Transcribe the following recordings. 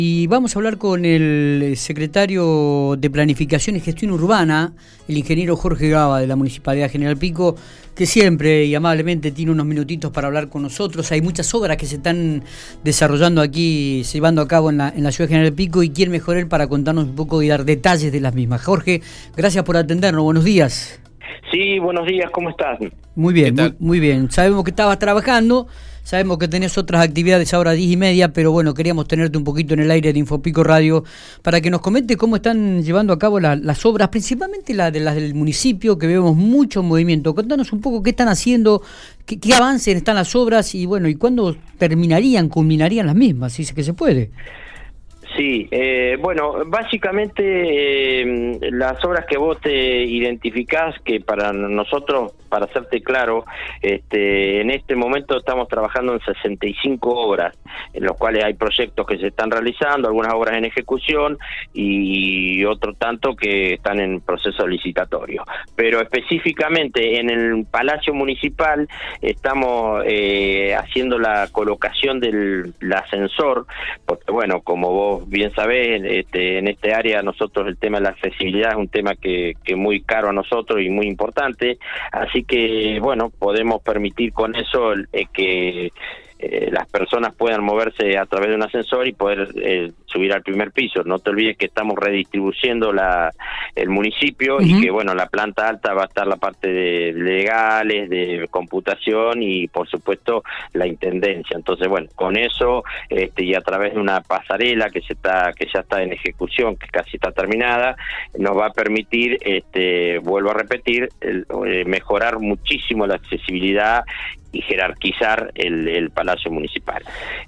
Y vamos a hablar con el secretario de Planificación y Gestión Urbana, el ingeniero Jorge Gaba, de la Municipalidad General Pico, que siempre y amablemente tiene unos minutitos para hablar con nosotros. Hay muchas obras que se están desarrollando aquí, se llevando a cabo en la ciudad de General Pico, y quién mejor él para contarnos un poco y dar detalles de las mismas. Jorge, gracias por atendernos, buenos días. Sí, buenos días, ¿cómo estás? Muy bien, muy bien. Sabemos que estabas trabajando, sabemos que tenés otras actividades ahora 10:30, pero bueno, queríamos tenerte un poquito en el aire de Infopico Radio para que nos comente cómo están llevando a cabo las obras, principalmente las del municipio, que vemos mucho movimiento. Contanos un poco qué están haciendo, qué avance están las obras y bueno, y cuándo culminarían las mismas, si es que se puede. Sí, bueno, básicamente las obras que vos te identificás, que para nosotros, para hacerte claro, en este momento estamos trabajando en 65 obras, en los cuales hay proyectos que se están realizando, algunas obras en ejecución y otro tanto que están en proceso licitatorio. Pero específicamente en el Palacio Municipal estamos haciendo la colocación del ascensor, porque bueno, como vos bien sabés, en este área nosotros el tema de la accesibilidad es un tema que es muy caro a nosotros y muy importante, así que bueno, podemos permitir con eso que las personas puedan moverse a través de un ascensor y poder subir al primer piso. No te olvides que estamos redistribuyendo el municipio y que bueno, la planta alta va a estar la parte de legales, de computación y por supuesto la intendencia. Entonces bueno, con eso y a través de una pasarela que ya está en ejecución, que casi está terminada, nos va a permitir, vuelvo a repetir, mejorar muchísimo la accesibilidad y jerarquizar el Palacio Municipal.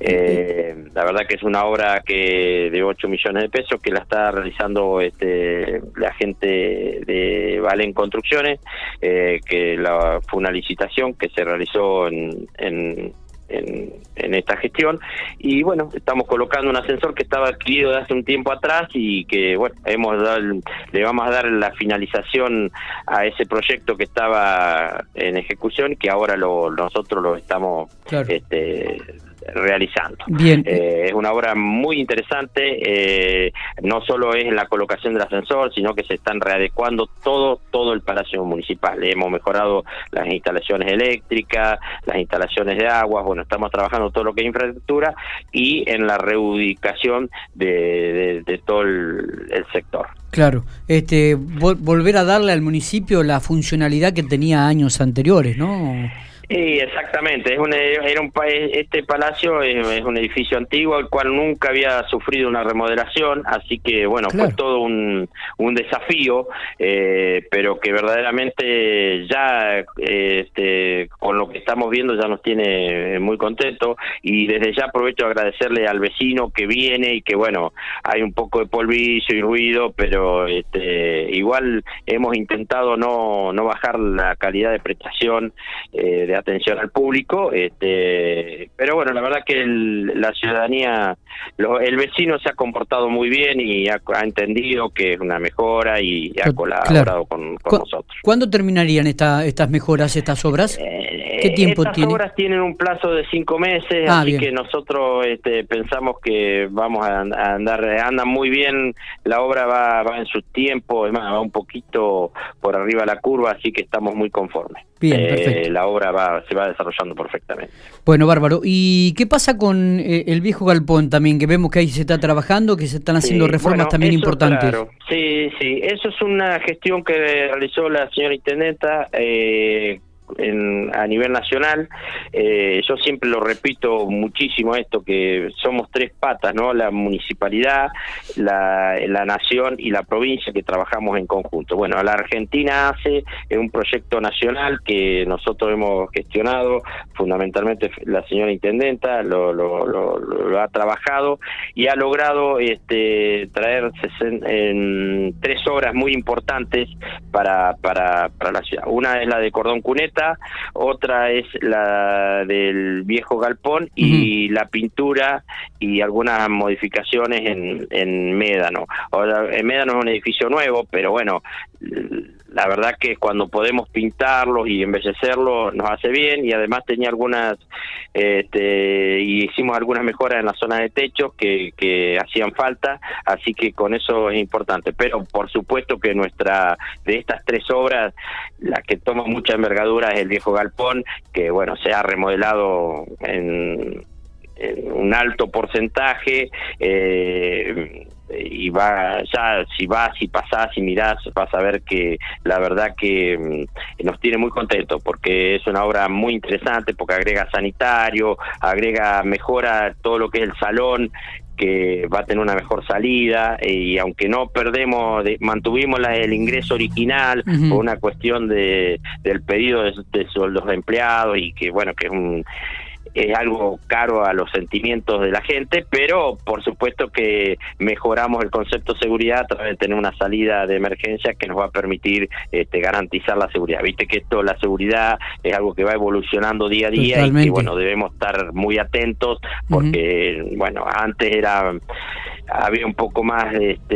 La verdad que es una obra que de 8 millones de pesos que la está realizando la gente de Valen Construcciones, que fue una licitación que se realizó en esta gestión, y bueno, estamos colocando un ascensor que estaba adquirido de hace un tiempo atrás y que bueno, le vamos a dar la finalización a ese proyecto que estaba en ejecución y que ahora nosotros lo estamos realizando. Bien. Es una obra muy interesante, no solo es la colocación del ascensor, sino que se están readecuando todo el Palacio Municipal. Hemos mejorado las instalaciones eléctricas, las instalaciones de agua, bueno, estamos trabajando todo lo que es infraestructura y en la reubicación de todo el sector. Claro, volver a darle al municipio la funcionalidad que tenía años anteriores, ¿no? Sí, exactamente. Este palacio es un edificio antiguo al cual nunca había sufrido una remodelación, así que bueno, claro, fue todo un desafío, pero que verdaderamente ya con lo que estamos viendo ya nos tiene muy contentos, y desde ya aprovecho a agradecerle al vecino que viene y que bueno, hay un poco de polvillo y ruido, pero igual hemos intentado no bajar la calidad de prestación de atención al público, pero bueno, la verdad que la ciudadanía, el vecino se ha comportado muy bien y ha entendido que es una mejora y ha colaborado con nosotros. ¿Cuándo terminarían estas mejoras, estas obras? ¿Qué tiempo tiene? Estas obras tienen un plazo de 5 meses, así bien, que nosotros pensamos que vamos a andan muy bien, la obra va en su tiempo, es más, va un poquito por arriba de la curva, así que estamos muy conformes. Bien, perfecto. La obra se va desarrollando perfectamente. Bueno, bárbaro. ¿Y qué pasa con el viejo galpón también? Que vemos que ahí se está trabajando, que se están haciendo reformas también importantes. Claro. Sí, eso es una gestión que realizó la señora intendenta a nivel nacional. Yo siempre lo repito muchísimo esto, que somos 3 patas, ¿no? La municipalidad, la nación y la provincia, que trabajamos en conjunto. Bueno, la Argentina hace un proyecto nacional que nosotros hemos gestionado, fundamentalmente la señora intendenta lo ha trabajado y ha logrado traer 3 obras muy importantes para la ciudad. Una es la de Cordón Cuneta, otra es la del viejo galpón y la pintura y algunas modificaciones en Médano. Ahora, en Médano es un edificio nuevo, pero bueno, la verdad que cuando podemos pintarlos y embellecerlos nos hace bien, y además tenía y hicimos algunas mejoras en la zona de techos que hacían falta, así que con eso es importante. Pero por supuesto que de estas 3 obras, la que toma mucha envergadura es el viejo galpón, que bueno, se ha remodelado en un alto porcentaje, y si pasás y mirás, vas a ver que la verdad que nos tiene muy contentos, porque es una obra muy interesante, porque agrega sanitario, mejora todo lo que es el salón, que va a tener una mejor salida, y aunque no mantuvimos el ingreso original por una cuestión del pedido de sueldos de empleados, y que bueno, que es algo caro a los sentimientos de la gente, pero por supuesto que mejoramos el concepto de seguridad a través de tener una salida de emergencia que nos va a permitir garantizar la seguridad. Viste que la seguridad es algo que va evolucionando día a día. Totalmente. Y que bueno, debemos estar muy atentos, porque bueno, antes había un poco más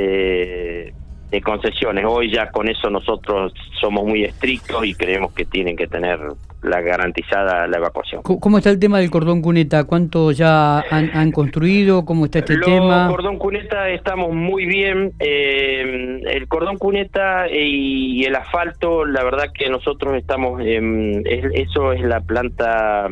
de concesiones. Hoy ya con eso nosotros somos muy estrictos y creemos que tienen que tener garantizada la evacuación. ¿Cómo está el tema del cordón cuneta? ¿Cuánto ya han construido? ¿Cómo está este tema? El cordón cuneta estamos muy bien. El cordón cuneta y el asfalto, la verdad que nosotros estamos, eso es la planta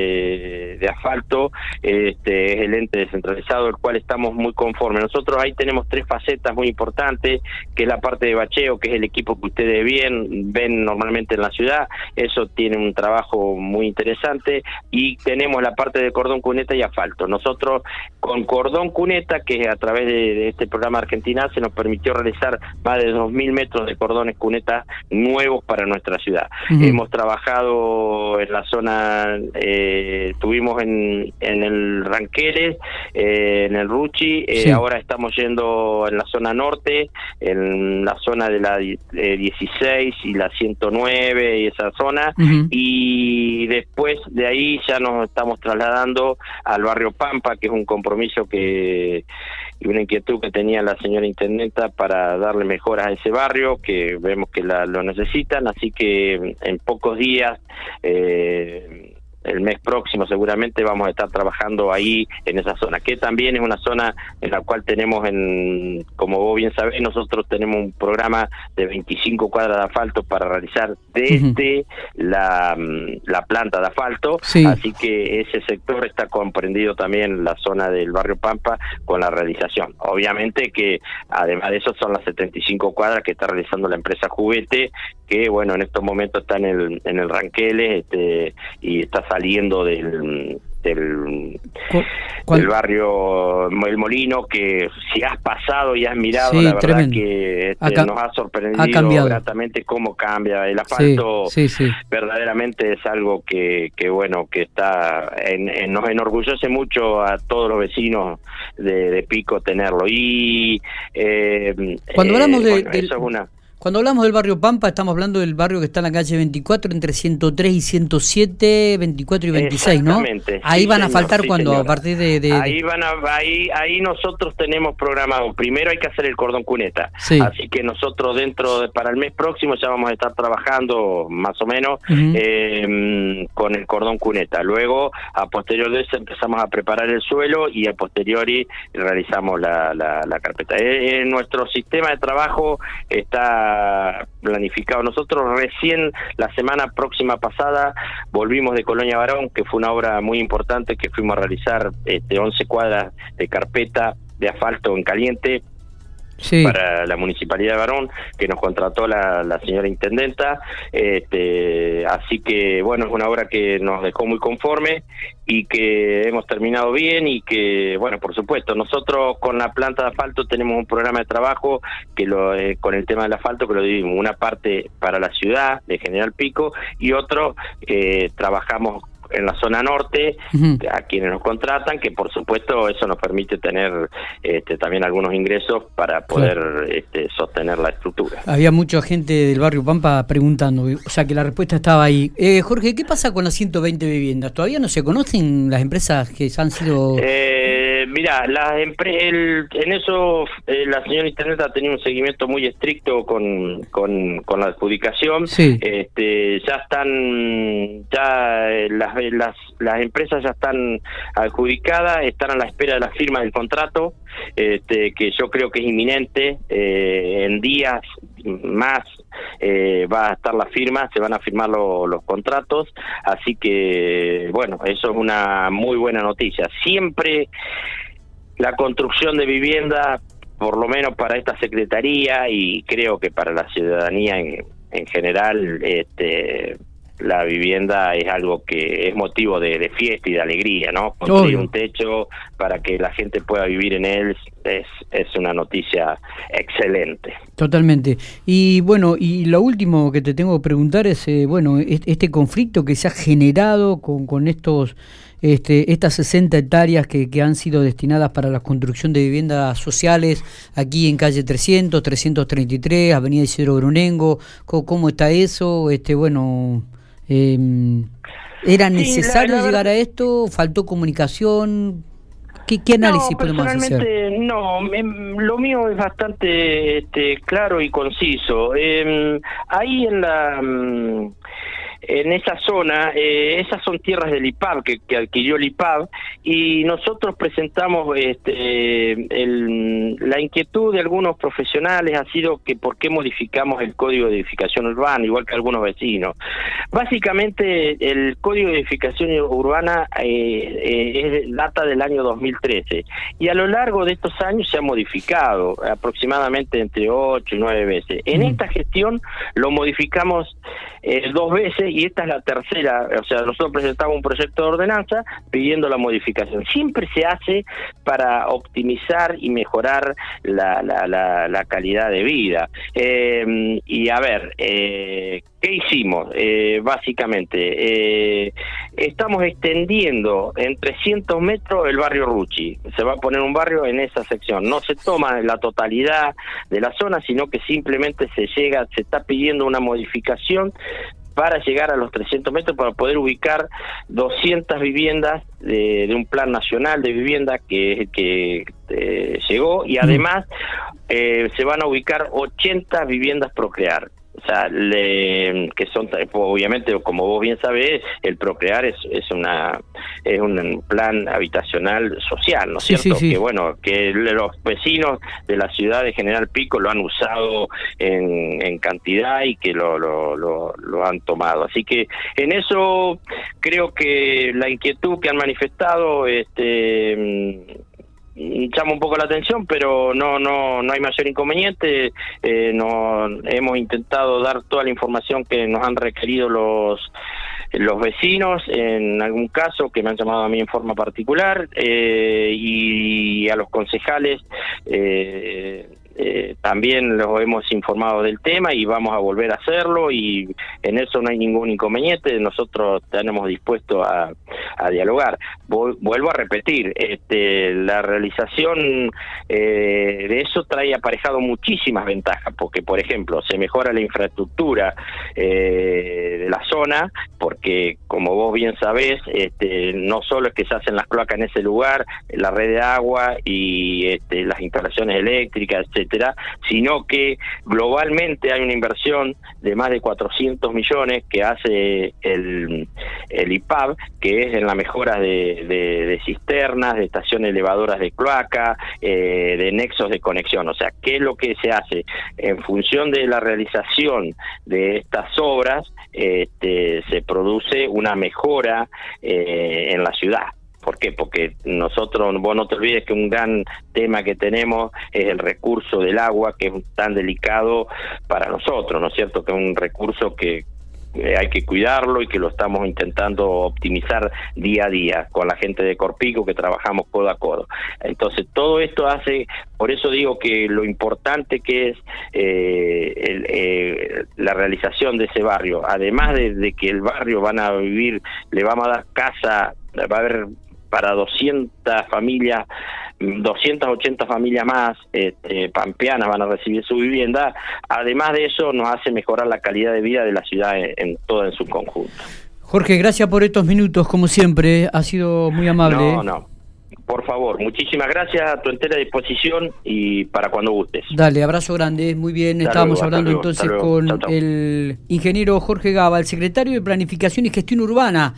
de asfalto, es el ente descentralizado, el cual estamos muy conformes. Nosotros ahí tenemos 3 facetas muy importantes, que es la parte de bacheo, que es el equipo que ustedes ven normalmente en la ciudad. Eso tiene un trabajo muy interesante, y tenemos la parte de cordón cuneta y asfalto. Nosotros con cordón cuneta, que a través de este programa Argentina se nos permitió realizar más de 2.000 metros de cordones cuneta nuevos para nuestra ciudad. Hemos trabajado en la zona, estuvimos en el Ranqueles, en el Ruchi, ahora estamos yendo en la zona norte, en la zona de la 16 y la 109 y esa zona, y después de ahí ya nos estamos trasladando al barrio Pampa, que es un compromiso y una inquietud que tenía la señora intendenta para darle mejoras a ese barrio, que vemos que lo necesitan, así que en pocos días, el mes próximo seguramente vamos a estar trabajando ahí en esa zona, que también es una zona en la cual tenemos, como vos bien sabés, nosotros tenemos un programa de 25 cuadras de asfalto para realizar desde la planta de asfalto, así que ese sector está comprendido también, la zona del barrio Pampa, con la realización. Obviamente que además de eso son las 75 cuadras que está realizando la empresa Juguete, que bueno, en estos momentos está en el Ranqueles, y está saliendo del barrio El Molino, que si has pasado y has mirado, la verdad tremendo. Que nos ha sorprendido gratamente cómo cambia el asfalto. Verdaderamente es algo que bueno, que está nos enorgullece mucho a todos los vecinos de Pico tenerlo. Y cuando hablamos eso es una... Cuando hablamos del barrio Pampa, estamos hablando del barrio que está en la calle 24, entre 103 y 107, 24 y 26, ¿no? Ahí van a faltar cuando a partir de... Ahí nosotros tenemos programado, primero hay que hacer el cordón cuneta, así que nosotros para el mes próximo ya vamos a estar trabajando más o menos con el cordón cuneta. Luego, a posterior de eso, empezamos a preparar el suelo, y a posteriori realizamos la carpeta. Nuestro sistema de trabajo está planificado. Nosotros recién la semana próxima pasada volvimos de Colonia Barón, que fue una obra muy importante, que fuimos a realizar 11 cuadras de carpeta de asfalto en caliente para la Municipalidad de Barón, que nos contrató la señora intendenta, así que bueno, es una obra que nos dejó muy conforme y que hemos terminado bien, y que bueno, por supuesto, nosotros con la planta de asfalto tenemos un programa de trabajo que con el tema del asfalto, que lo dividimos una parte para la ciudad de General Pico, y otro trabajamos en la zona norte, a quienes nos contratan, que por supuesto eso nos permite tener también algunos ingresos para poder sostener la estructura. Había mucha gente del barrio Pampa preguntando, o sea que la respuesta estaba ahí. Jorge, ¿qué pasa con las 120 viviendas? ¿Todavía no se conocen las empresas que han sido...? Mira, en eso la señora Internet ha tenido un seguimiento muy estricto con la adjudicación. Sí. Ya están, las empresas ya están adjudicadas, están a la espera de la firma del contrato, que yo creo que es inminente. En días más va a estar la firma, se van a firmar los contratos, así que bueno, eso es una muy buena noticia. Siempre la construcción de vivienda, por lo menos para esta secretaría y creo que para la ciudadanía en general, la vivienda es algo que es motivo de fiesta y de alegría, ¿no? Construir un techo para que la gente pueda vivir en él es una noticia excelente. Totalmente. Y bueno, y lo último que te tengo que preguntar es, bueno, este conflicto que se ha generado con estas 60 hectáreas que han sido destinadas para la construcción de viviendas sociales aquí en calle 300, 333, avenida Isidro Brunengo. ¿Cómo está eso? Bueno... ¿Era necesario llegar a esto? ¿Faltó comunicación? ¿Qué análisis podemos hacer? No, lo mío es bastante claro y conciso. Ahí en esa zona, esas son tierras del IPAB que adquirió el IPAB, y nosotros presentamos la inquietud de algunos profesionales ha sido que por qué modificamos el Código de Edificación Urbana, igual que algunos vecinos. Básicamente el Código de Edificación Urbana data del año 2013 y a lo largo de estos años se ha modificado aproximadamente entre 8 y 9 veces. En esta gestión lo modificamos 2 veces y esta es la tercera. O sea, nosotros presentamos un proyecto de ordenanza pidiendo la modificación. Siempre se hace para optimizar y mejorar la calidad de vida. Y a ver, ¿qué hicimos? Básicamente, estamos extendiendo en 300 metros el barrio Rucci. Se va a poner un barrio en esa sección. No se toma la totalidad de la zona, sino que simplemente se está pidiendo una modificación para llegar a los 300 metros para poder ubicar 200 viviendas de un plan nacional de vivienda que llegó, y además se van a ubicar 80 viviendas Procrear. O sea, que son, obviamente, como vos bien sabés, el Procrear es un plan habitacional social, ¿no es cierto? Sí. Que bueno, que los vecinos de la ciudad de General Pico lo han usado en cantidad y que lo han tomado. Así que en eso creo que la inquietud que han manifestado llama un poco la atención, pero no hay mayor inconveniente. Hemos intentado dar toda la información que nos han requerido los vecinos, en algún caso que me han llamado a mí en forma particular, y a los concejales también los hemos informado del tema y vamos a volver a hacerlo, y en eso no hay ningún inconveniente. Nosotros tenemos dispuesto a dialogar. Vuelvo a repetir, la realización de eso trae aparejado muchísimas ventajas, porque por ejemplo se mejora la infraestructura de la zona, porque como vos bien sabés, no solo es que se hacen las cloacas en ese lugar, la red de agua y las instalaciones eléctricas, etcétera, sino que globalmente hay una inversión de más de 400 millones que hace el IPAB, que es en la mejora de cisternas, de estaciones elevadoras de cloaca, de nexos de conexión. O sea, ¿qué es lo que se hace? En función de la realización de estas obras, se produce una mejora en la ciudad. ¿Por qué? Porque vos no te olvides que un gran tema que tenemos es el recurso del agua, que es tan delicado para nosotros, ¿no es cierto? Que es un recurso que hay que cuidarlo y que lo estamos intentando optimizar día a día con la gente de Corpico, que trabajamos codo a codo. Entonces todo esto hace, por eso digo que lo importante que es la realización de ese barrio, además de que el barrio van a vivir, le vamos a dar casa, va a haber para 200 familias, 280 familias más pampeanas van a recibir su vivienda. Además de eso, nos hace mejorar la calidad de vida de la ciudad en su conjunto. Jorge, gracias por estos minutos, como siempre, ha sido muy amable. No. Por favor, muchísimas gracias, a tu entera disposición y para cuando gustes. Dale, abrazo grande, muy bien. Estábamos hablando entonces con el ingeniero Jorge Gaba, el secretario de Planificación y Gestión Urbana